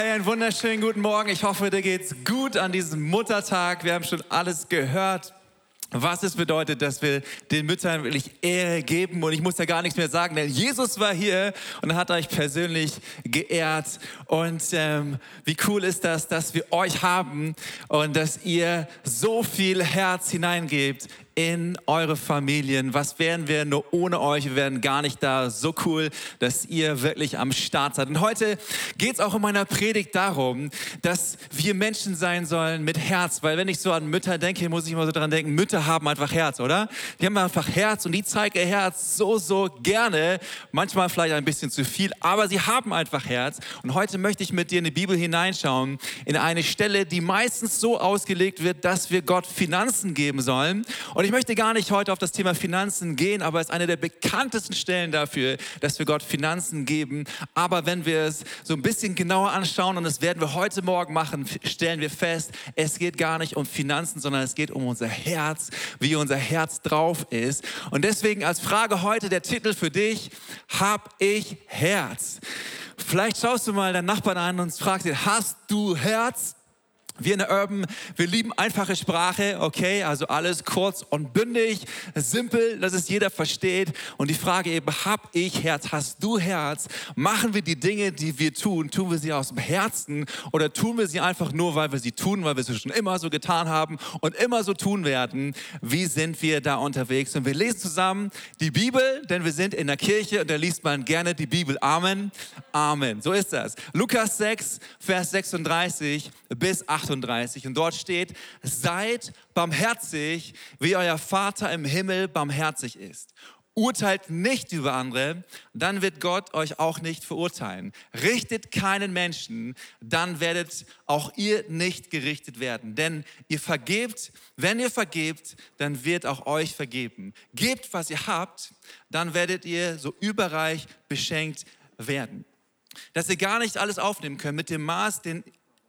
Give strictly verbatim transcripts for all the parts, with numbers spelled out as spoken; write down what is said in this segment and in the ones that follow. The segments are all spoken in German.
Hey, einen wunderschönen guten Morgen. Ich hoffe, dir geht's gut an diesem Muttertag. Wir haben schon alles gehört, was es bedeutet, dass wir den Müttern wirklich Ehre geben. Und ich muss ja gar nichts mehr sagen, denn Jesus war hier und hat euch persönlich geehrt. Und ähm, wie cool ist das, dass wir euch haben und dass ihr so viel Herz hineingebt in eure Familien. Was wären wir nur ohne euch? Wir wären gar nicht da. So cool, dass ihr wirklich am Start seid. Und heute geht es auch in meiner Predigt darum, dass wir Menschen sein sollen mit Herz. Weil wenn ich so an Mütter denke, muss ich immer so dran denken, Mütter haben einfach Herz, oder? Die haben einfach Herz und die zeigen ihr Herz so, so gerne. Manchmal vielleicht ein bisschen zu viel, aber sie haben einfach Herz. Und heute möchte ich mit dir in die Bibel hineinschauen, in eine Stelle, die meistens so ausgelegt wird, dass wir Gott Finanzen geben sollen. Und ich möchte gar nicht heute auf das Thema Finanzen gehen, aber es ist eine der bekanntesten Stellen dafür, dass wir Gott Finanzen geben. Aber wenn wir es so ein bisschen genauer anschauen, und das werden wir heute Morgen machen, stellen wir fest, es geht gar nicht um Finanzen, sondern es geht um unser Herz, wie unser Herz drauf ist. Und deswegen als Frage heute der Titel für dich: Hab ich Herz? Vielleicht schaust du mal deinen Nachbarn an und fragst ihn: Hast du Herz? Wir in der Urban, wir lieben einfache Sprache, okay, also alles kurz und bündig, simpel, dass es jeder versteht. Und die Frage eben, hab ich Herz, hast du Herz? Machen wir die Dinge, die wir tun, tun wir sie aus dem Herzen oder tun wir sie einfach nur, weil wir sie tun, weil wir sie schon immer so getan haben und immer so tun werden? Wie sind wir da unterwegs? Und wir lesen zusammen die Bibel, denn wir sind in der Kirche und da liest man gerne die Bibel. Amen, Amen, so ist das. Lukas sechs, Vers sechsunddreißig bis achtunddreißig. Und dort steht: Seid barmherzig, wie euer Vater im Himmel barmherzig ist. Urteilt nicht über andere, dann wird Gott euch auch nicht verurteilen. Richtet keinen Menschen, dann werdet auch ihr nicht gerichtet werden. Denn ihr vergebt, wenn ihr vergebt, dann wird auch euch vergeben. Gebt, was ihr habt, dann werdet ihr so überreich beschenkt werden. Dass ihr gar nicht alles aufnehmen könnt, mit dem Maß, den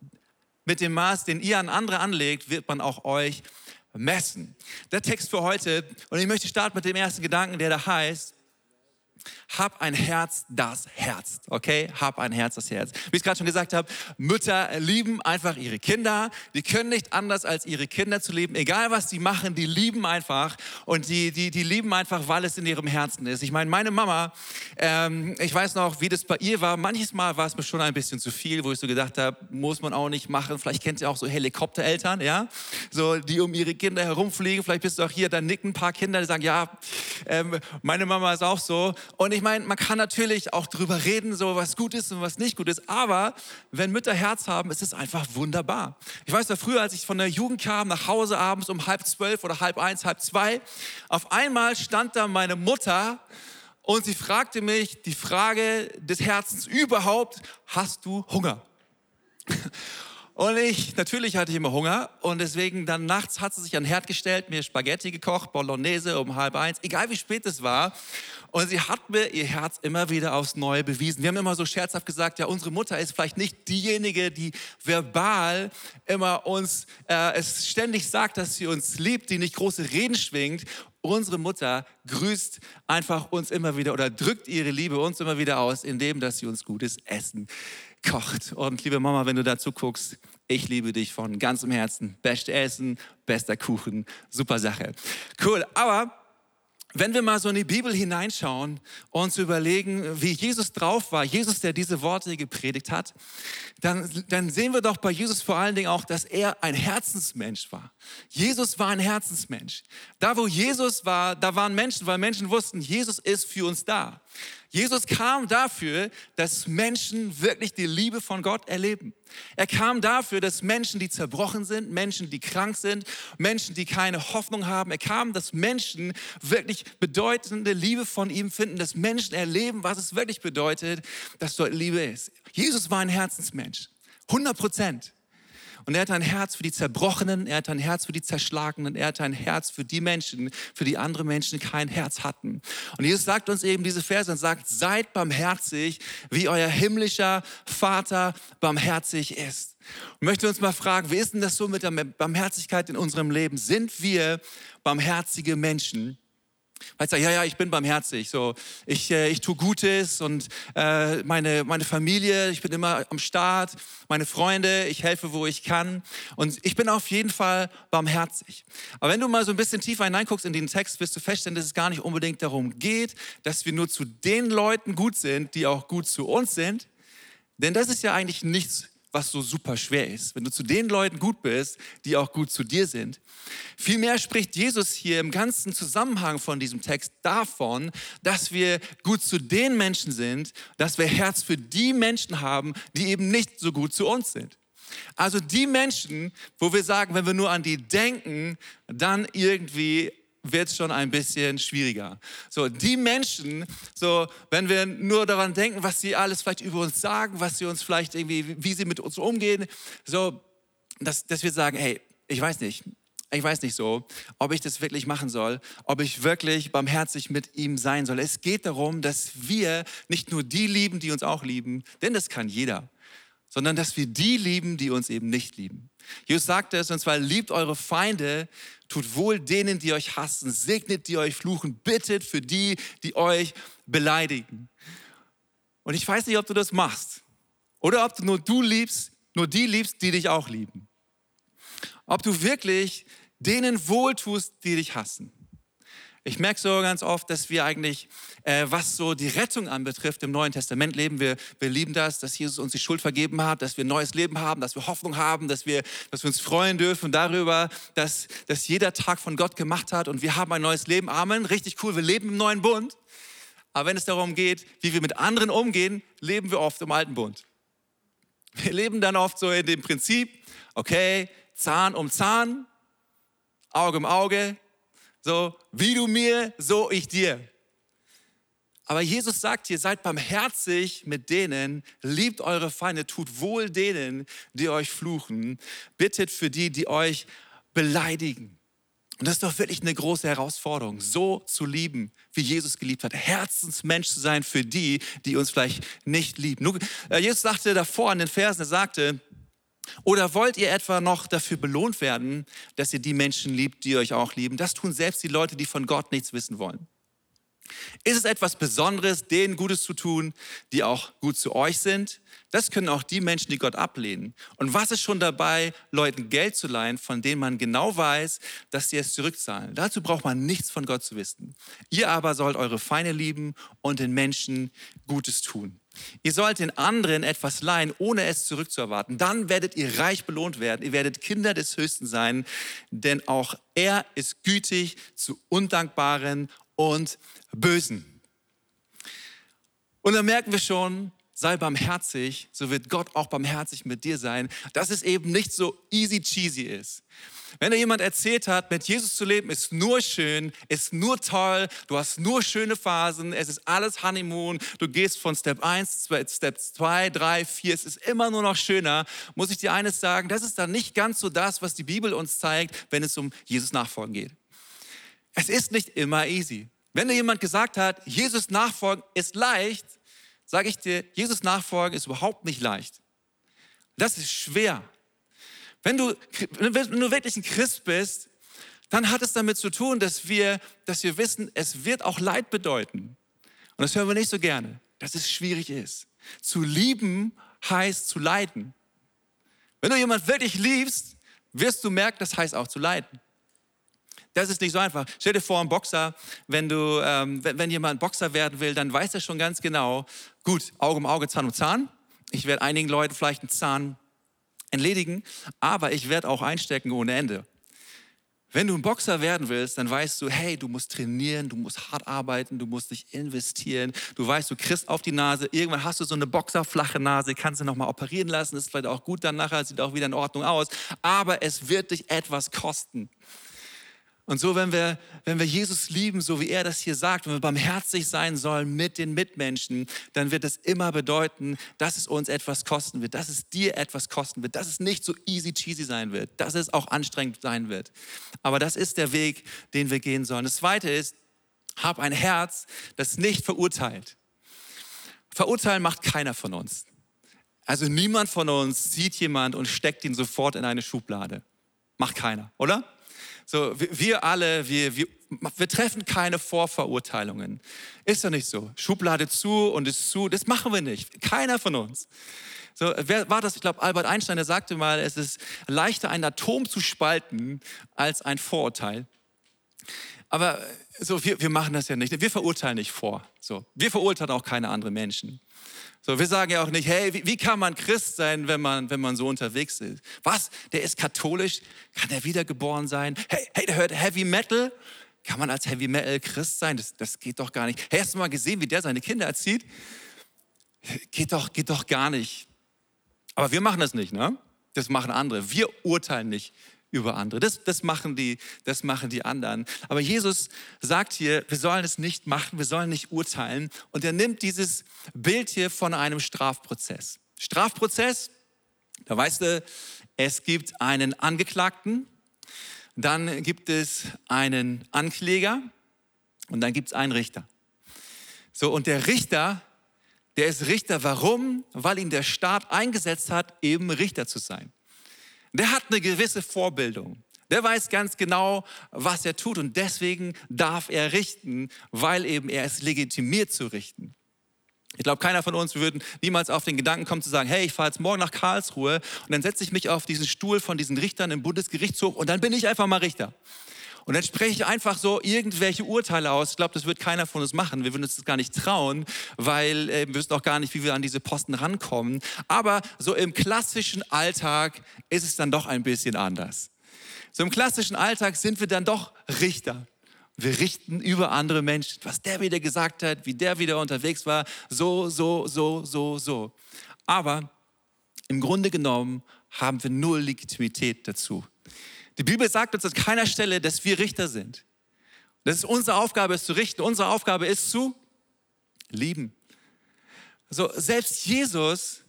Mit dem Maß, den ihr an andere anlegt, wird man auch euch messen. Der Text für heute, und ich möchte starten mit dem ersten Gedanken, der da heißt: Hab ein Herz, das herzt, okay? Hab ein Herz, das herzt. Wie ich es gerade schon gesagt habe, Mütter lieben einfach ihre Kinder. Die können nicht anders, als ihre Kinder zu lieben. Egal, was sie machen, die lieben einfach. Und die, die, die lieben einfach, weil es in ihrem Herzen ist. Ich meine, meine Mama, ähm, ich weiß noch, wie das bei ihr war. Manches Mal war es mir schon ein bisschen zu viel, wo ich so gedacht habe, muss man auch nicht machen. Vielleicht kennt ihr auch so Helikoptereltern, ja? So, die um ihre Kinder herumfliegen. Vielleicht bist du auch hier, da nicken ein paar Kinder, die sagen, ja, ähm, meine Mama ist auch so. Und ich meine, man kann natürlich auch drüber reden, so was gut ist und was nicht gut ist. Aber wenn Mütter Herz haben, ist es einfach wunderbar. Ich weiß noch früher, als ich von der Jugend kam, nach Hause abends um halb zwölf oder halb eins, halb zwei, auf einmal stand da meine Mutter und sie fragte mich die Frage des Herzens überhaupt: Hast du Hunger? Und ich, natürlich hatte ich immer Hunger und deswegen dann nachts hat sie sich an den Herd gestellt, mir Spaghetti gekocht, Bolognese um halb eins, egal wie spät es war. Und sie hat mir ihr Herz immer wieder aufs Neue bewiesen. Wir haben immer so scherzhaft gesagt, ja, unsere Mutter ist vielleicht nicht diejenige, die verbal immer uns äh, es ständig sagt, dass sie uns liebt, die nicht große Reden schwingt. Unsere Mutter grüßt einfach uns immer wieder oder drückt ihre Liebe uns immer wieder aus, indem dass sie uns gutes Essen kocht. Und liebe Mama, wenn du dazu guckst, ich liebe dich von ganzem Herzen. Beste Essen, bester Kuchen, super Sache. Cool, aber wenn wir mal so in die Bibel hineinschauen und uns überlegen, wie Jesus drauf war, Jesus, der diese Worte gepredigt hat, dann, dann sehen wir doch bei Jesus vor allen Dingen auch, dass er ein Herzensmensch war. Jesus war ein Herzensmensch. Da, wo Jesus war, da waren Menschen, weil Menschen wussten, Jesus ist für uns da. Jesus kam dafür, dass Menschen wirklich die Liebe von Gott erleben. Er kam dafür, dass Menschen, die zerbrochen sind, Menschen, die krank sind, Menschen, die keine Hoffnung haben. Er kam, dass Menschen wirklich bedeutende Liebe von ihm finden, dass Menschen erleben, was es wirklich bedeutet, dass dort Liebe ist. Jesus war ein Herzensmensch, hundert Prozent. Und er hat ein Herz für die Zerbrochenen, er hat ein Herz für die Zerschlagenen, er hat ein Herz für die Menschen, für die andere Menschen kein Herz hatten. Und Jesus sagt uns eben diese Verse und sagt: Seid barmherzig, wie euer himmlischer Vater barmherzig ist. Und möchte uns mal fragen, wie ist denn das so mit der Barmherzigkeit in unserem Leben? Sind wir barmherzige Menschen? Weißt du, ja, ja, ich bin barmherzig, so, ich, äh, ich tue Gutes und äh, meine, meine Familie, ich bin immer am Start, meine Freunde, ich helfe, wo ich kann und ich bin auf jeden Fall barmherzig. Aber wenn du mal so ein bisschen tiefer hineinguckst in den Text, wirst du feststellen, dass es gar nicht unbedingt darum geht, dass wir nur zu den Leuten gut sind, die auch gut zu uns sind, denn das ist ja eigentlich nichts, was so super schwer ist, wenn du zu den Leuten gut bist, die auch gut zu dir sind. Vielmehr spricht Jesus hier im ganzen Zusammenhang von diesem Text davon, dass wir gut zu den Menschen sind, dass wir Herz für die Menschen haben, die eben nicht so gut zu uns sind. Also die Menschen, wo wir sagen, wenn wir nur an die denken, dann irgendwie wird es schon ein bisschen schwieriger. So, die Menschen, so, wenn wir nur daran denken, was sie alles vielleicht über uns sagen, was sie uns vielleicht irgendwie, wie sie mit uns umgehen, so, dass, dass wir sagen, hey, ich weiß nicht, ich weiß nicht so, ob ich das wirklich machen soll, ob ich wirklich barmherzig mit ihm sein soll. Es geht darum, dass wir nicht nur die lieben, die uns auch lieben, denn das kann jeder, sondern dass wir die lieben, die uns eben nicht lieben. Jesus sagte es, und zwar liebt eure Feinde, tut wohl denen, die euch hassen, segnet die euch fluchen, bittet für die, die euch beleidigen. Und ich weiß nicht, ob du das machst oder ob du nur du liebst, nur die liebst, die dich auch lieben. Ob du wirklich denen wohltust, die dich hassen. Ich merke so ganz oft, dass wir eigentlich, äh, was so die Rettung anbetrifft, im Neuen Testament leben. Wir, wir lieben das, dass Jesus uns die Schuld vergeben hat, dass wir ein neues Leben haben, dass wir Hoffnung haben, dass wir, dass wir uns freuen dürfen darüber, dass, dass jeder Tag von Gott gemacht hat und wir haben ein neues Leben. Amen, richtig cool, wir leben im neuen Bund. Aber wenn es darum geht, wie wir mit anderen umgehen, leben wir oft im alten Bund. Wir leben dann oft so in dem Prinzip, okay, Zahn um Zahn, Auge um Auge, so, wie du mir, so ich dir. Aber Jesus sagt hier, seid barmherzig mit denen, liebt eure Feinde, tut wohl denen, die euch fluchen, bittet für die, die euch beleidigen. Und das ist doch wirklich eine große Herausforderung, so zu lieben, wie Jesus geliebt hat. Herzensmensch zu sein für die, die uns vielleicht nicht lieben. Nur, äh, Jesus sagte davor in den Versen, er sagte, oder wollt ihr etwa noch dafür belohnt werden, dass ihr die Menschen liebt, die euch auch lieben? Das tun selbst die Leute, die von Gott nichts wissen wollen. Ist es etwas Besonderes, denen Gutes zu tun, die auch gut zu euch sind? Das können auch die Menschen, die Gott ablehnen. Und was ist schon dabei, Leuten Geld zu leihen, von denen man genau weiß, dass sie es zurückzahlen? Dazu braucht man nichts von Gott zu wissen. Ihr aber sollt eure Feinde lieben und den Menschen Gutes tun. Ihr sollt den anderen etwas leihen, ohne es zurückzuerwarten. Dann werdet ihr reich belohnt werden. Ihr werdet Kinder des Höchsten sein, denn auch er ist gütig zu Undankbaren und Bösen. Und dann merken wir schon, sei barmherzig, so wird Gott auch barmherzig mit dir sein, dass es eben nicht so easy cheesy ist. Wenn dir jemand erzählt hat, mit Jesus zu leben ist nur schön, ist nur toll, du hast nur schöne Phasen, es ist alles Honeymoon, du gehst von Step eins, Step zwei, drei, vier, es ist immer nur noch schöner, muss ich dir eines sagen, das ist dann nicht ganz so das, was die Bibel uns zeigt, wenn es um Jesus nachfolgen geht. Es ist nicht immer easy. Wenn dir jemand gesagt hat, Jesus nachfolgen ist leicht, sage ich dir, Jesus nachfolgen ist überhaupt nicht leicht. Das ist schwer. Wenn du, wenn du wirklich ein Christ bist, dann hat es damit zu tun, dass wir, dass wir wissen, es wird auch Leid bedeuten. Und das hören wir nicht so gerne, dass es schwierig ist. Zu lieben heißt zu leiden. Wenn du jemanden wirklich liebst, wirst du merken, das heißt auch zu leiden. Das ist nicht so einfach. Stell dir vor, ein Boxer, wenn, du, ähm, wenn, wenn jemand Boxer werden will, dann weiß er schon ganz genau, gut, Auge um Auge, Zahn um Zahn. Ich werde einigen Leuten vielleicht einen Zahn entledigen, aber ich werde auch einstecken ohne Ende. Wenn du ein Boxer werden willst, dann weißt du, hey, du musst trainieren, du musst hart arbeiten, du musst dich investieren. Du weißt, du kriegst auf die Nase, irgendwann hast du so eine boxerflache Nase, kannst du nochmal operieren lassen, ist vielleicht auch gut dann nachher, sieht auch wieder in Ordnung aus, aber es wird dich etwas kosten. Und so, wenn wir, wenn wir Jesus lieben, so wie er das hier sagt, wenn wir barmherzig sein sollen mit den Mitmenschen, dann wird es immer bedeuten, dass es uns etwas kosten wird, dass es dir etwas kosten wird, dass es nicht so easy cheesy sein wird, dass es auch anstrengend sein wird. Aber das ist der Weg, den wir gehen sollen. Das Zweite ist, hab ein Herz, das nicht verurteilt. Verurteilen macht keiner von uns. Also niemand von uns sieht jemand und steckt ihn sofort in eine Schublade. Macht keiner, oder? So, wir alle, wir, wir wir treffen keine Vorverurteilungen. Ist doch nicht so. Schublade zu und ist zu, das machen wir nicht. Keiner von uns. So, wer war das? Ich glaube, Albert Einstein, der sagte mal, es ist leichter, ein Atom zu spalten, als ein Vorurteil. Aber so, wir, wir machen das ja nicht. Wir verurteilen nicht vor. So, wir verurteilen auch keine anderen Menschen. So, wir sagen ja auch nicht, hey, wie, wie kann man Christ sein, wenn man, wenn man so unterwegs ist? Was? Der ist katholisch? Kann der wiedergeboren sein? Hey, hey, der hört Heavy Metal? Kann man als Heavy Metal Christ sein? Das, das geht doch gar nicht. Hey, hast du mal gesehen, wie der seine Kinder erzieht? Geht doch, geht doch gar nicht. Aber wir machen das nicht, ne? Das machen andere. Wir urteilen nicht über andere. Das, das, machen die, das machen die anderen. Aber Jesus sagt hier, wir sollen es nicht machen, wir sollen nicht urteilen. Und er nimmt dieses Bild hier von einem Strafprozess. Strafprozess, da weißt du, es gibt einen Angeklagten, dann gibt es einen Ankläger und dann gibt es einen Richter. So, und der Richter, der ist Richter. Warum? Weil ihn der Staat eingesetzt hat, eben Richter zu sein. Der hat eine gewisse Vorbildung. Der weiß ganz genau, was er tut und deswegen darf er richten, weil eben er ist legitimiert zu richten. Ich glaube, keiner von uns würden niemals auf den Gedanken kommen zu sagen, hey, ich fahre jetzt morgen nach Karlsruhe und dann setze ich mich auf diesen Stuhl von diesen Richtern im Bundesgerichtshof und dann bin ich einfach mal Richter. Und dann spreche ich einfach so irgendwelche Urteile aus. Ich glaube, das wird keiner von uns machen. Wir würden uns das gar nicht trauen, weil äh, wir wissen auch gar nicht, wie wir an diese Posten rankommen. Aber so im klassischen Alltag ist es dann doch ein bisschen anders. So im klassischen Alltag sind wir dann doch Richter. Wir richten über andere Menschen. Was der wieder gesagt hat, wie der wieder unterwegs war, so, so, so, so, so. Aber im Grunde genommen haben wir null Legitimität dazu. Die Bibel sagt uns an keiner Stelle, dass wir Richter sind. Das ist unsere Aufgabe, ist zu richten. Unsere Aufgabe ist zu lieben. Also selbst Jesus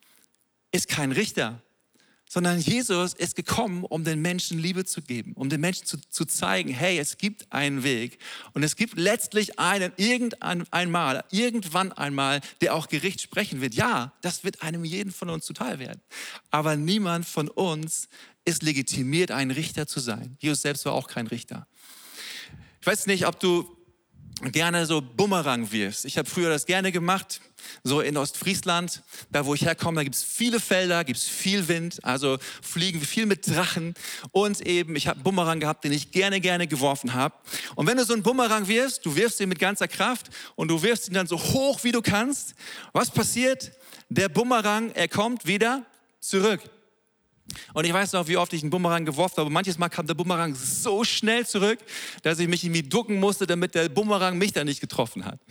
ist kein Richter, sondern Jesus ist gekommen, um den Menschen Liebe zu geben, um den Menschen zu, zu zeigen, hey, es gibt einen Weg und es gibt letztlich einen irgendwann einmal, irgendwann einmal, der auch Gericht sprechen wird. Ja, das wird einem jeden von uns zuteil werden. Aber niemand von uns ist legitimiert, ein Richter zu sein. Jesus selbst war auch kein Richter. Ich weiß nicht, ob du gerne so Bumerang wirfst. Ich habe früher das gerne gemacht, so in Ostfriesland, da wo ich herkomme, da gibt es viele Felder, gibt es viel Wind, also fliegen wir viel mit Drachen und eben, ich habe einen Bumerang gehabt, den ich gerne, gerne geworfen habe. Und wenn du so einen Bumerang wirfst, du wirfst ihn mit ganzer Kraft und du wirfst ihn dann so hoch, wie du kannst, was passiert? Der Bumerang, er kommt wieder zurück. Und ich weiß noch, wie oft ich einen Bumerang geworfen habe. Manches Mal kam der Bumerang so schnell zurück, dass ich mich irgendwie ducken musste, damit der Bumerang mich dann nicht getroffen hat.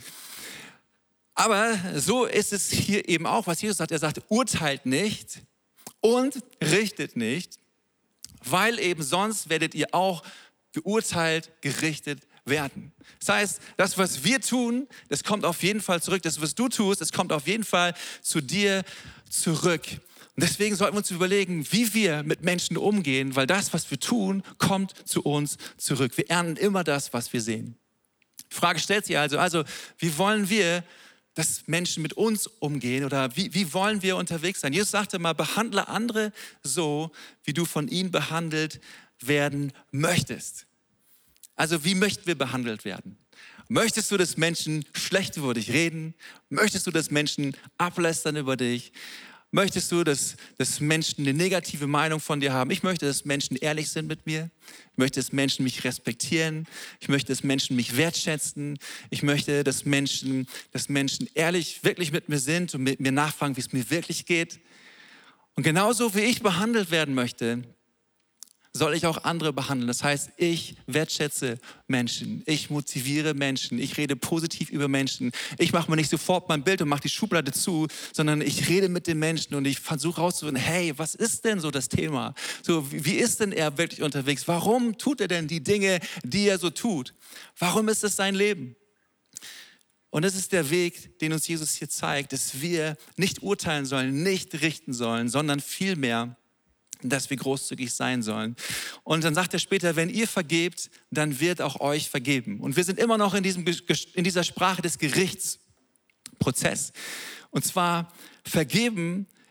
Aber so ist es hier eben auch, was Jesus sagt. Er sagt, urteilt nicht und richtet nicht, weil eben sonst werdet ihr auch geurteilt, gerichtet werden. Das heißt, das, was wir tun, das kommt auf jeden Fall zurück. Das, was du tust, das kommt auf jeden Fall zu dir zurück. Und deswegen sollten wir uns überlegen, wie wir mit Menschen umgehen, weil das, was wir tun, kommt zu uns zurück. Wir ernten immer das, was wir sehen. Die Frage stellt sich also, also wie wollen wir, dass Menschen mit uns umgehen oder wie, wie wollen wir unterwegs sein? Jesus sagte mal, behandle andere so, wie du von ihnen behandelt werden möchtest. Also wie möchten wir behandelt werden? Möchtest du, dass Menschen schlecht über dich reden? Möchtest du, dass Menschen ablästern über dich? Möchtest du, dass, dass Menschen eine negative Meinung von dir haben? Ich möchte, dass Menschen ehrlich sind mit mir. Ich möchte, dass Menschen mich respektieren. Ich möchte, dass Menschen mich wertschätzen. Ich möchte, dass Menschen, dass Menschen ehrlich wirklich mit mir sind und mit mir nachfragen, wie es mir wirklich geht. Und genauso wie ich behandelt werden möchte, soll ich auch andere behandeln. Das heißt, ich wertschätze Menschen, ich motiviere Menschen, ich rede positiv über Menschen. Ich mache mir nicht sofort mein Bild und mache die Schublade zu, sondern ich rede mit den Menschen und ich versuche rauszufinden, hey, was ist denn so das Thema? So, wie ist denn er wirklich unterwegs? Warum tut er denn die Dinge, die er so tut? Warum ist es sein Leben? Und das ist der Weg, den uns Jesus hier zeigt, dass wir nicht urteilen sollen, nicht richten sollen, sondern vielmehr dass wir großzügig sein sollen. Und dann sagt er später, wenn ihr vergebt, dann wird auch euch vergeben. Und wir sind immer noch in, diesem, in dieser Sprache des Gerichtsprozesses. Und zwar vergeben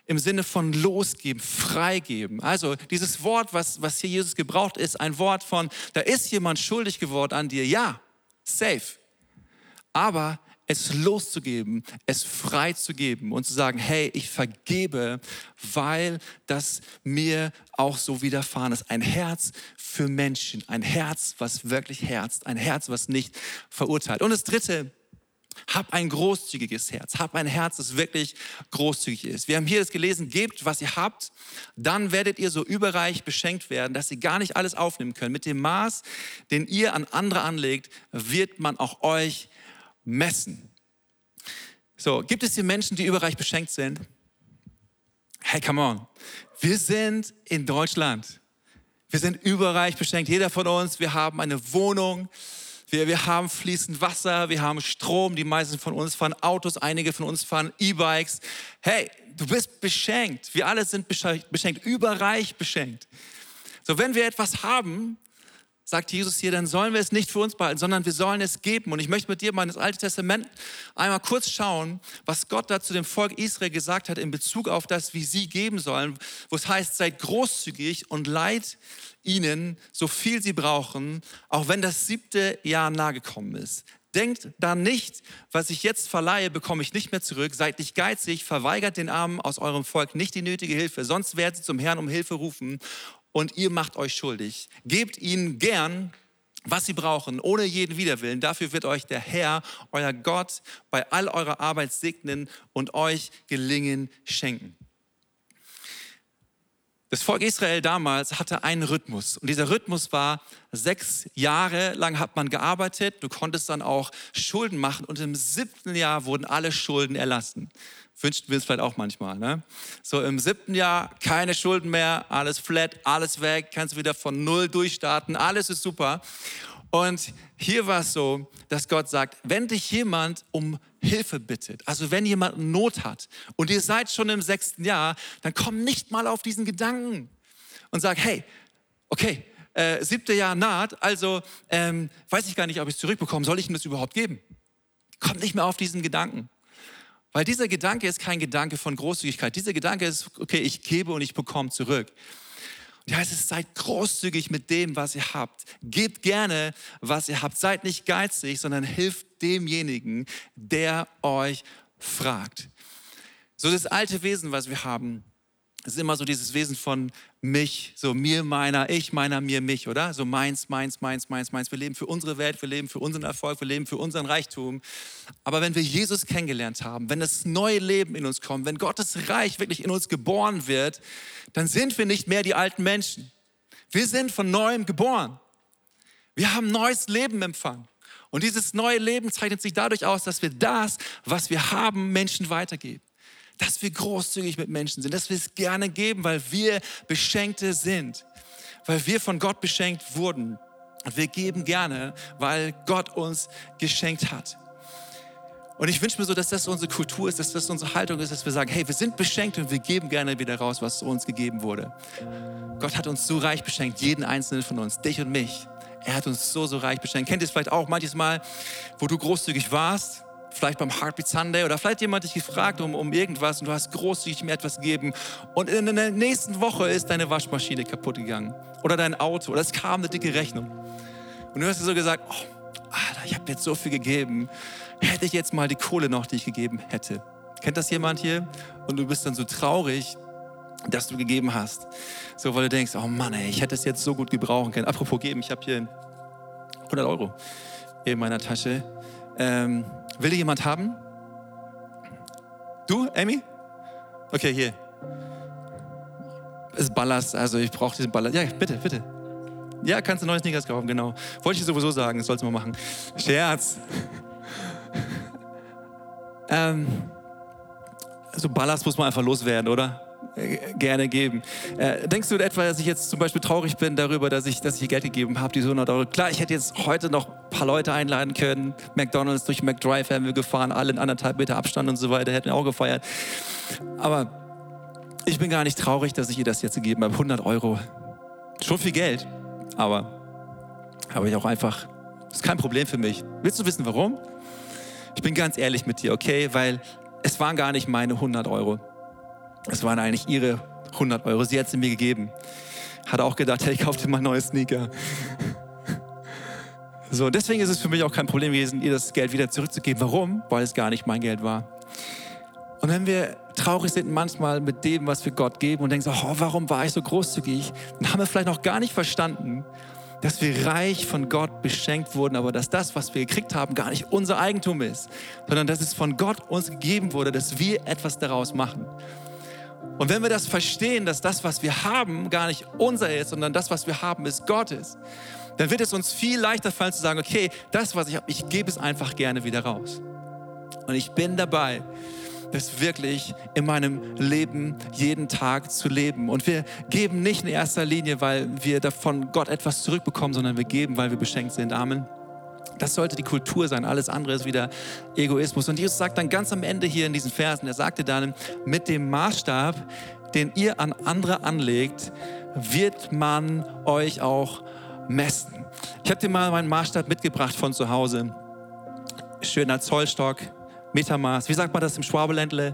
im Sinne von losgeben, freigeben. Also dieses Wort, was, was hier Jesus gebraucht, ist ein Wort von, da ist jemand schuldig geworden an dir. Ja, safe. Aber es loszugeben, es freizugeben und zu sagen, hey, ich vergebe, weil das mir auch so widerfahren ist. Ein Herz für Menschen, ein Herz, was wirklich herzt, ein Herz, was nicht verurteilt. Und das Dritte, hab ein großzügiges Herz, hab ein Herz, das wirklich großzügig ist. Wir haben hier das gelesen, gebt, was ihr habt, dann werdet ihr so überreich beschenkt werden, dass ihr gar nicht alles aufnehmen könnt. Mit dem Maß, den ihr an andere anlegt, wird man auch euch messen. So, gibt es hier Menschen, die überreich beschenkt sind? Hey, come on. Wir sind in Deutschland. Wir sind überreich beschenkt. Jeder von uns, wir haben eine Wohnung. Wir, wir haben fließend Wasser, wir haben Strom, die meisten von uns fahren Autos, einige von uns fahren E-Bikes. Hey, du bist beschenkt. Wir alle sind beschenkt, überreich beschenkt. So, wenn wir etwas haben, sagt Jesus hier, dann sollen wir es nicht für uns behalten, sondern wir sollen es geben. Und ich möchte mit dir mal in das Alte Testament einmal kurz schauen, was Gott da zu dem Volk Israel gesagt hat in Bezug auf das, wie sie geben sollen, wo es heißt, seid großzügig und leiht ihnen so viel sie brauchen, auch wenn das siebte Jahr nahe gekommen ist. Denkt da nicht, was ich jetzt verleihe, bekomme ich nicht mehr zurück. Seid nicht geizig, verweigert den Armen aus eurem Volk nicht die nötige Hilfe, sonst werden sie zum Herrn um Hilfe rufen und ihr macht euch schuldig. Gebt ihnen gern, was sie brauchen, ohne jeden Widerwillen. Dafür wird euch der Herr, euer Gott, bei all eurer Arbeit segnen und euch Gelingen schenken. Das Volk Israel damals hatte einen Rhythmus und dieser Rhythmus war, sechs Jahre lang hat man gearbeitet, du konntest dann auch Schulden machen und im siebten Jahr wurden alle Schulden erlassen. Wünschten wir es vielleicht auch manchmal, ne? So im siebten Jahr keine Schulden mehr, alles flat, alles weg, kannst wieder von null durchstarten, alles ist super. Und hier war es so, dass Gott sagt, wenn dich jemand um Hilfe bittet, also wenn jemand Not hat und ihr seid schon im sechsten Jahr, dann komm nicht mal auf diesen Gedanken und sag, hey, okay, äh, siebte Jahr naht, also ähm, weiß ich gar nicht, ob ich es zurückbekomme, soll ich ihm das überhaupt geben? Komm nicht mehr auf diesen Gedanken. Weil dieser Gedanke ist kein Gedanke von Großzügigkeit. Dieser Gedanke ist, okay, ich gebe und ich bekomme zurück. Und heißt es, seid großzügig mit dem, was ihr habt. Gebt gerne, was ihr habt. Seid nicht geizig, sondern hilft demjenigen, der euch fragt. So das alte Wesen, was wir haben, ist immer so dieses Wesen von mich, so mir, meiner, ich, meiner, mir, mich, oder? So meins, meins, meins, meins, meins. Wir leben für unsere Welt, wir leben für unseren Erfolg, wir leben für unseren Reichtum. Aber wenn wir Jesus kennengelernt haben, wenn das neue Leben in uns kommt, wenn Gottes Reich wirklich in uns geboren wird, dann sind wir nicht mehr die alten Menschen. Wir sind von Neuem geboren. Wir haben neues Leben empfangen. Und dieses neue Leben zeichnet sich dadurch aus, dass wir das, was wir haben, Menschen weitergeben. Dass wir großzügig mit Menschen sind, dass wir es gerne geben, weil wir Beschenkte sind, weil wir von Gott beschenkt wurden. Und wir geben gerne, weil Gott uns geschenkt hat. Und ich wünsche mir so, dass das unsere Kultur ist, dass das unsere Haltung ist, dass wir sagen, hey, wir sind beschenkt und wir geben gerne wieder raus, was uns gegeben wurde. Gott hat uns so reich beschenkt, jeden einzelnen von uns, dich und mich. Er hat uns so, so reich beschenkt. Kennt ihr es vielleicht auch manches Mal, wo du großzügig warst? Vielleicht beim Heartbeat Sunday oder vielleicht jemand dich gefragt um, um irgendwas und du hast großzügig mir etwas gegeben und in der nächsten Woche ist deine Waschmaschine kaputt gegangen oder dein Auto oder es kam eine dicke Rechnung. Und du hast dir so gesagt, oh, Alter, ich habe jetzt so viel gegeben, hätte ich jetzt mal die Kohle noch, die ich gegeben hätte. Kennt das jemand hier? Und du bist dann so traurig, dass du gegeben hast. So, weil du denkst, oh Mann, ey, ich hätte es jetzt so gut gebrauchen können. Apropos geben, ich habe hier hundert Euro in meiner Tasche. Ähm, will die jemand haben? Du, Amy? Okay, hier. Es ist Ballast, also ich brauche diesen Ballast. Ja, bitte, bitte. Ja, kannst du neue Sneakers kaufen, genau. Wollte ich sowieso sagen, das sollst du mal machen. Scherz. ähm, so Ballast muss man einfach loswerden, oder? Gerne geben. Äh, denkst du etwa, dass ich jetzt zum Beispiel traurig bin darüber, dass ich, dass ich Geld gegeben habe, diese hundert Euro? Klar, ich hätte jetzt heute noch ein paar Leute einladen können. McDonald's durch McDrive haben wir gefahren, alle in anderthalb Meter Abstand und so weiter, hätten wir auch gefeiert. Aber ich bin gar nicht traurig, dass ich ihr das jetzt gegeben habe. hundert Euro. Schon viel Geld, aber habe ich auch einfach, das ist kein Problem für mich. Willst du wissen, warum? Ich bin ganz ehrlich mit dir, okay? Weil es waren gar nicht meine hundert Euro. Das waren eigentlich ihre hundert Euro. Sie hat sie mir gegeben. Hat auch gedacht, hey, ich kauf dir mal neue Sneaker. So, deswegen ist es für mich auch kein Problem gewesen, ihr das Geld wieder zurückzugeben. Warum? Weil es gar nicht mein Geld war. Und wenn wir traurig sind manchmal mit dem, was wir Gott geben und denken so, oh, warum war ich so großzügig? Dann haben wir vielleicht noch gar nicht verstanden, dass wir reich von Gott beschenkt wurden, aber dass das, was wir gekriegt haben, gar nicht unser Eigentum ist, sondern dass es von Gott uns gegeben wurde, dass wir etwas daraus machen. Und wenn wir das verstehen, dass das, was wir haben, gar nicht unser ist, sondern das, was wir haben, ist Gottes, dann wird es uns viel leichter fallen zu sagen, okay, das, was ich habe, ich gebe es einfach gerne wieder raus. Und ich bin dabei, das wirklich in meinem Leben jeden Tag zu leben. Und wir geben nicht in erster Linie, weil wir davon Gott etwas zurückbekommen, sondern wir geben, weil wir beschenkt sind. Amen. Das sollte die Kultur sein. Alles andere ist wieder Egoismus. Und Jesus sagt dann ganz am Ende hier in diesen Versen, er sagte dann, mit dem Maßstab, den ihr an andere anlegt, wird man euch auch messen. Ich habe dir mal meinen Maßstab mitgebracht von zu Hause. Schöner Zollstock, Metermaß. Wie sagt man das im Schwabeländle?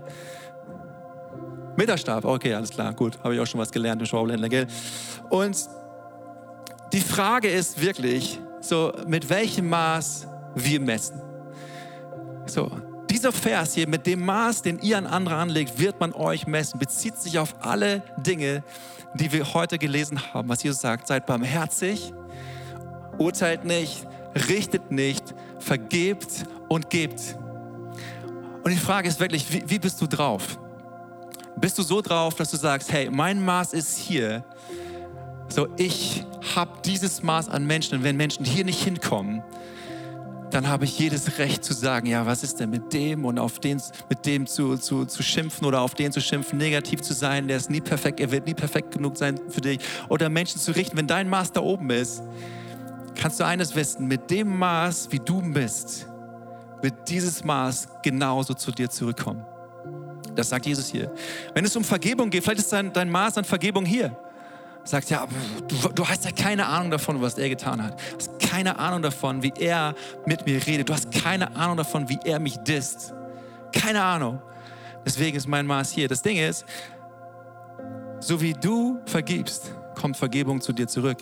Meterstab. Okay, alles klar, gut. Habe ich auch schon was gelernt im Schwabeländle, gell? Und die Frage ist wirklich, so, mit welchem Maß wir messen. So, dieser Vers hier, mit dem Maß, den ihr an andere anlegt, wird man euch messen, bezieht sich auf alle Dinge, die wir heute gelesen haben, was Jesus sagt. Seid barmherzig, urteilt nicht, richtet nicht, vergebt und gebt. Und die Frage ist wirklich, wie, wie bist du drauf? Bist du so drauf, dass du sagst, hey, mein Maß ist hier. So, ich habe dieses Maß an Menschen und wenn Menschen hier nicht hinkommen, dann habe ich jedes Recht zu sagen, ja, was ist denn mit dem und auf den, mit dem zu, zu, zu schimpfen oder auf den zu schimpfen, negativ zu sein, der ist nie perfekt, er wird nie perfekt genug sein für dich. Oder Menschen zu richten, wenn dein Maß da oben ist, kannst du eines wissen, mit dem Maß, wie du bist, wird dieses Maß genauso zu dir zurückkommen. Das sagt Jesus hier. Wenn es um Vergebung geht, vielleicht ist dein, dein Maß an Vergebung hier. Sagt, ja, du, du hast ja keine Ahnung davon, was er getan hat. Du hast keine Ahnung davon, wie er mit mir redet. Du hast keine Ahnung davon, wie er mich disst. Keine Ahnung. Deswegen ist mein Maß hier. Das Ding ist, so wie du vergibst, kommt Vergebung zu dir zurück.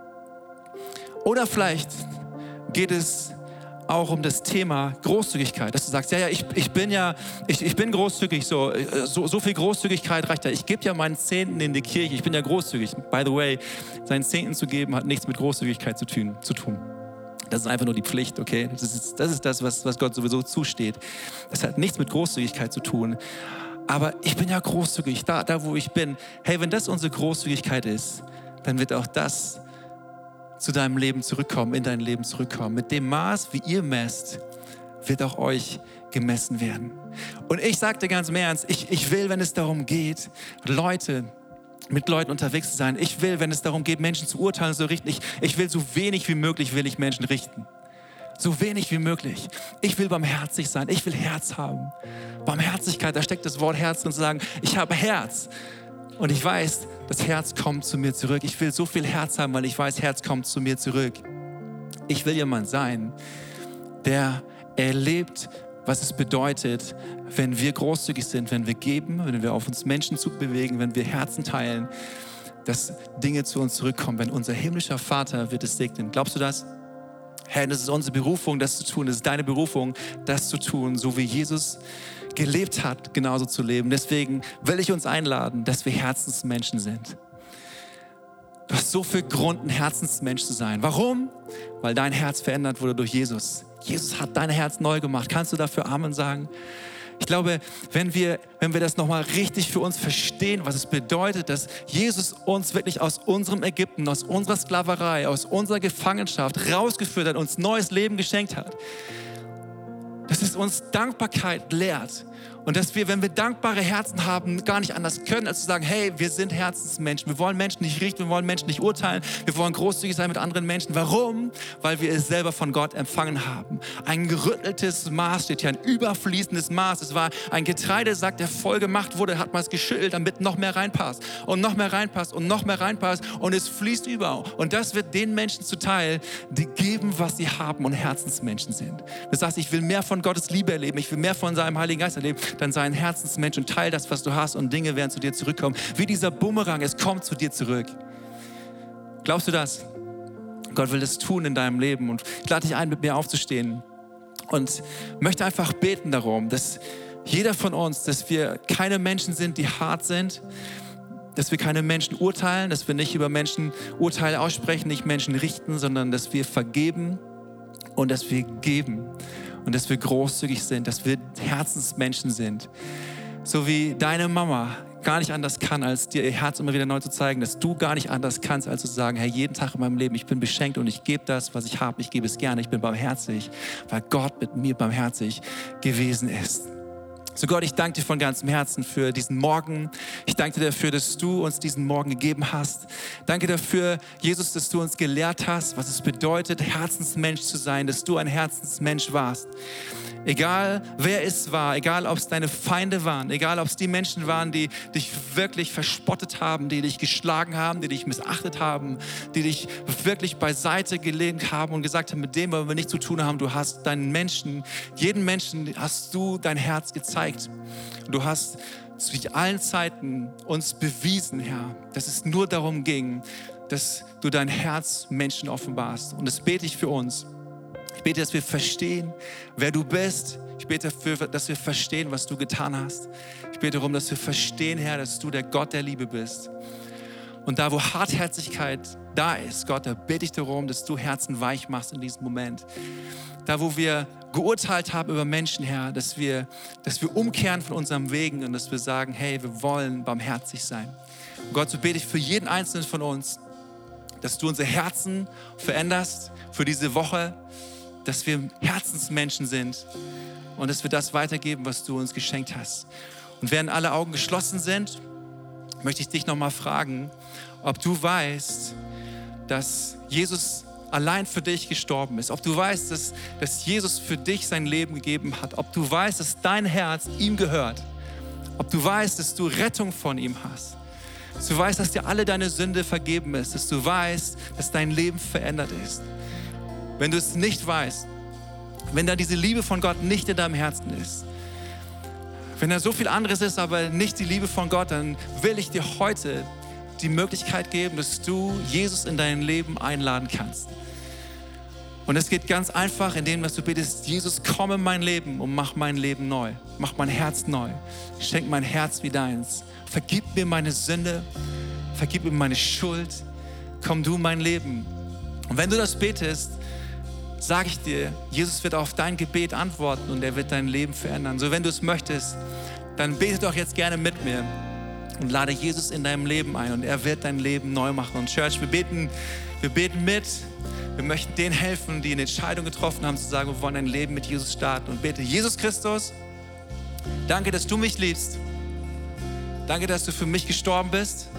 Oder vielleicht geht es auch um das Thema Großzügigkeit, dass du sagst, ja, ja, ich, ich bin ja, ich, ich bin großzügig, so, so, so viel Großzügigkeit reicht ja. Ich gebe ja meinen Zehnten in die Kirche, ich bin ja großzügig. By the way, seinen Zehnten zu geben, hat nichts mit Großzügigkeit zu tun. Zu tun. Das ist einfach nur die Pflicht, okay? Das ist das, ist das was, was Gott sowieso zusteht. Das hat nichts mit Großzügigkeit zu tun. Aber ich bin ja großzügig, da, da wo ich bin. Hey, wenn das unsere Großzügigkeit ist, dann wird auch das zu deinem Leben zurückkommen, in dein Leben zurückkommen. Mit dem Maß, wie ihr messt, wird auch euch gemessen werden. Und ich sage dir ganz im Ernst, ich, ich will, wenn es darum geht, Leute, mit Leuten unterwegs zu sein, ich will, wenn es darum geht, Menschen zu urteilen, zu richten, ich, ich will so wenig wie möglich, will ich Menschen richten. So wenig wie möglich. Ich will barmherzig sein, ich will Herz haben. Barmherzigkeit, da steckt das Wort Herz drin, zu sagen, ich habe Herz. Und ich weiß, das Herz kommt zu mir zurück. Ich will so viel Herz haben, weil ich weiß, Herz kommt zu mir zurück. Ich will jemand sein, der erlebt, was es bedeutet, wenn wir großzügig sind, wenn wir geben, wenn wir auf uns Menschen zubewegen, wenn wir Herzen teilen, dass Dinge zu uns zurückkommen. Wenn unser himmlischer Vater wird es segnen. Glaubst du das? Herr, das ist unsere Berufung, das zu tun. Das ist deine Berufung, das zu tun, so wie Jesus gelebt hat, genauso zu leben. Deswegen will ich uns einladen, dass wir Herzensmenschen sind. Du hast so viel Grund, ein Herzensmensch zu sein. Warum? Weil dein Herz verändert wurde durch Jesus. Jesus hat dein Herz neu gemacht. Kannst du dafür Amen sagen? Ich glaube, wenn wir, wenn wir das nochmal richtig für uns verstehen, was es bedeutet, dass Jesus uns wirklich aus unserem Ägypten, aus unserer Sklaverei, aus unserer Gefangenschaft rausgeführt hat, uns neues Leben geschenkt hat, dass es uns Dankbarkeit lehrt. Und dass wir, wenn wir dankbare Herzen haben, gar nicht anders können, als zu sagen, hey, wir sind Herzensmenschen. Wir wollen Menschen nicht richten, wir wollen Menschen nicht urteilen. Wir wollen großzügig sein mit anderen Menschen. Warum? Weil wir es selber von Gott empfangen haben. Ein gerütteltes Maß steht hier, ein überfließendes Maß. Es war ein Getreidesack, der voll gemacht wurde, hat man es geschüttelt, damit noch mehr reinpasst. Und noch mehr reinpasst und noch mehr reinpasst. Und es fließt über. Und das wird den Menschen zuteil, die geben, was sie haben und Herzensmenschen sind. Das heißt, ich will mehr von Gottes Liebe erleben. Ich will mehr von seinem Heiligen Geist erleben. dann sei ein Herzensmensch und teil das, was du hast und Dinge werden zu dir zurückkommen. Wie dieser Bumerang, es kommt zu dir zurück. Glaubst du das? Gott will das tun in deinem Leben und ich lade dich ein, mit mir aufzustehen und möchte einfach beten darum, dass jeder von uns, dass wir keine Menschen sind, die hart sind, dass wir keine Menschen urteilen, dass wir nicht über Menschen Urteile aussprechen, nicht Menschen richten, sondern dass wir vergeben und dass wir geben und dass wir großzügig sind, dass wir Herzensmenschen sind. So wie deine Mama gar nicht anders kann, als dir ihr Herz immer wieder neu zu zeigen, dass du gar nicht anders kannst, als zu sagen, hey, jeden Tag in meinem Leben, ich bin beschenkt und ich gebe das, was ich habe, ich gebe es gerne, ich bin barmherzig, weil Gott mit mir barmherzig gewesen ist. So Gott, ich danke dir von ganzem Herzen für diesen Morgen. Ich danke dir dafür, dass du uns diesen Morgen gegeben hast. Danke dafür, Jesus, dass du uns gelehrt hast, was es bedeutet, Herzensmensch zu sein, dass du ein Herzensmensch warst. Egal wer es war, egal ob es deine Feinde waren, egal ob es die Menschen waren, die dich wirklich verspottet haben, die dich geschlagen haben, die dich missachtet haben, die dich wirklich beiseite gelegt haben und gesagt haben, mit dem wollen wir nichts zu tun haben. Du hast deinen Menschen, jeden Menschen hast du dein Herz gezeigt. Du hast zu allen Zeiten uns bewiesen, Herr, dass es nur darum ging, dass du dein Herz Menschen offenbarst. Und das bete ich für uns. Ich bete, dass wir verstehen, wer du bist. Ich bete dafür, dass wir verstehen, was du getan hast. Ich bete darum, dass wir verstehen, Herr, dass du der Gott der Liebe bist. Und da, wo Hartherzigkeit da ist, Gott, da bete ich darum, dass du Herzen weich machst in diesem Moment. Da, wo wir geurteilt haben über Menschen, Herr, dass wir, dass wir umkehren von unserem Wegen und dass wir sagen, hey, wir wollen barmherzig sein. Und Gott, so bete ich für jeden Einzelnen von uns, dass du unsere Herzen veränderst für diese Woche, dass wir Herzensmenschen sind und dass wir das weitergeben, was du uns geschenkt hast. Und während alle Augen geschlossen sind, möchte ich dich nochmal fragen, ob du weißt, dass Jesus allein für dich gestorben ist. Ob du weißt, dass, dass Jesus für dich sein Leben gegeben hat. Ob du weißt, dass dein Herz ihm gehört. Ob du weißt, dass du Rettung von ihm hast. Dass du weißt, dass dir alle deine Sünde vergeben ist. Dass du weißt, dass dein Leben verändert ist. Wenn du es nicht weißt, wenn da diese Liebe von Gott nicht in deinem Herzen ist, wenn da so viel anderes ist, aber nicht die Liebe von Gott, dann will ich dir heute die Möglichkeit geben, dass du Jesus in dein Leben einladen kannst. Und es geht ganz einfach, indem dass du betest, Jesus, komm in mein Leben und mach mein Leben neu. Mach mein Herz neu. Schenk mein Herz wie deins. Vergib mir meine Sünde. Vergib mir meine Schuld. Komm du in mein Leben. Und wenn du das betest, sage ich dir, Jesus wird auf dein Gebet antworten und er wird dein Leben verändern. So, wenn du es möchtest, dann bete doch jetzt gerne mit mir und lade Jesus in deinem Leben ein und er wird dein Leben neu machen. Und Church, wir beten, wir beten mit. Wir möchten denen helfen, die eine Entscheidung getroffen haben, zu sagen, wir wollen ein Leben mit Jesus starten. Und bete, Jesus Christus, danke, dass du mich liebst. Danke, dass du für mich gestorben bist.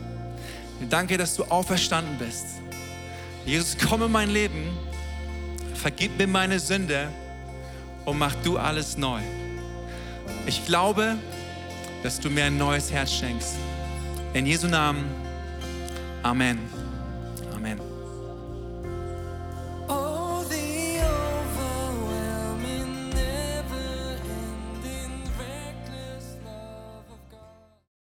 Danke, dass du auferstanden bist. Jesus, komm in mein Leben. Vergib mir meine Sünde und mach du alles neu. Ich glaube, dass du mir ein neues Herz schenkst. In Jesu Namen. Amen. Amen.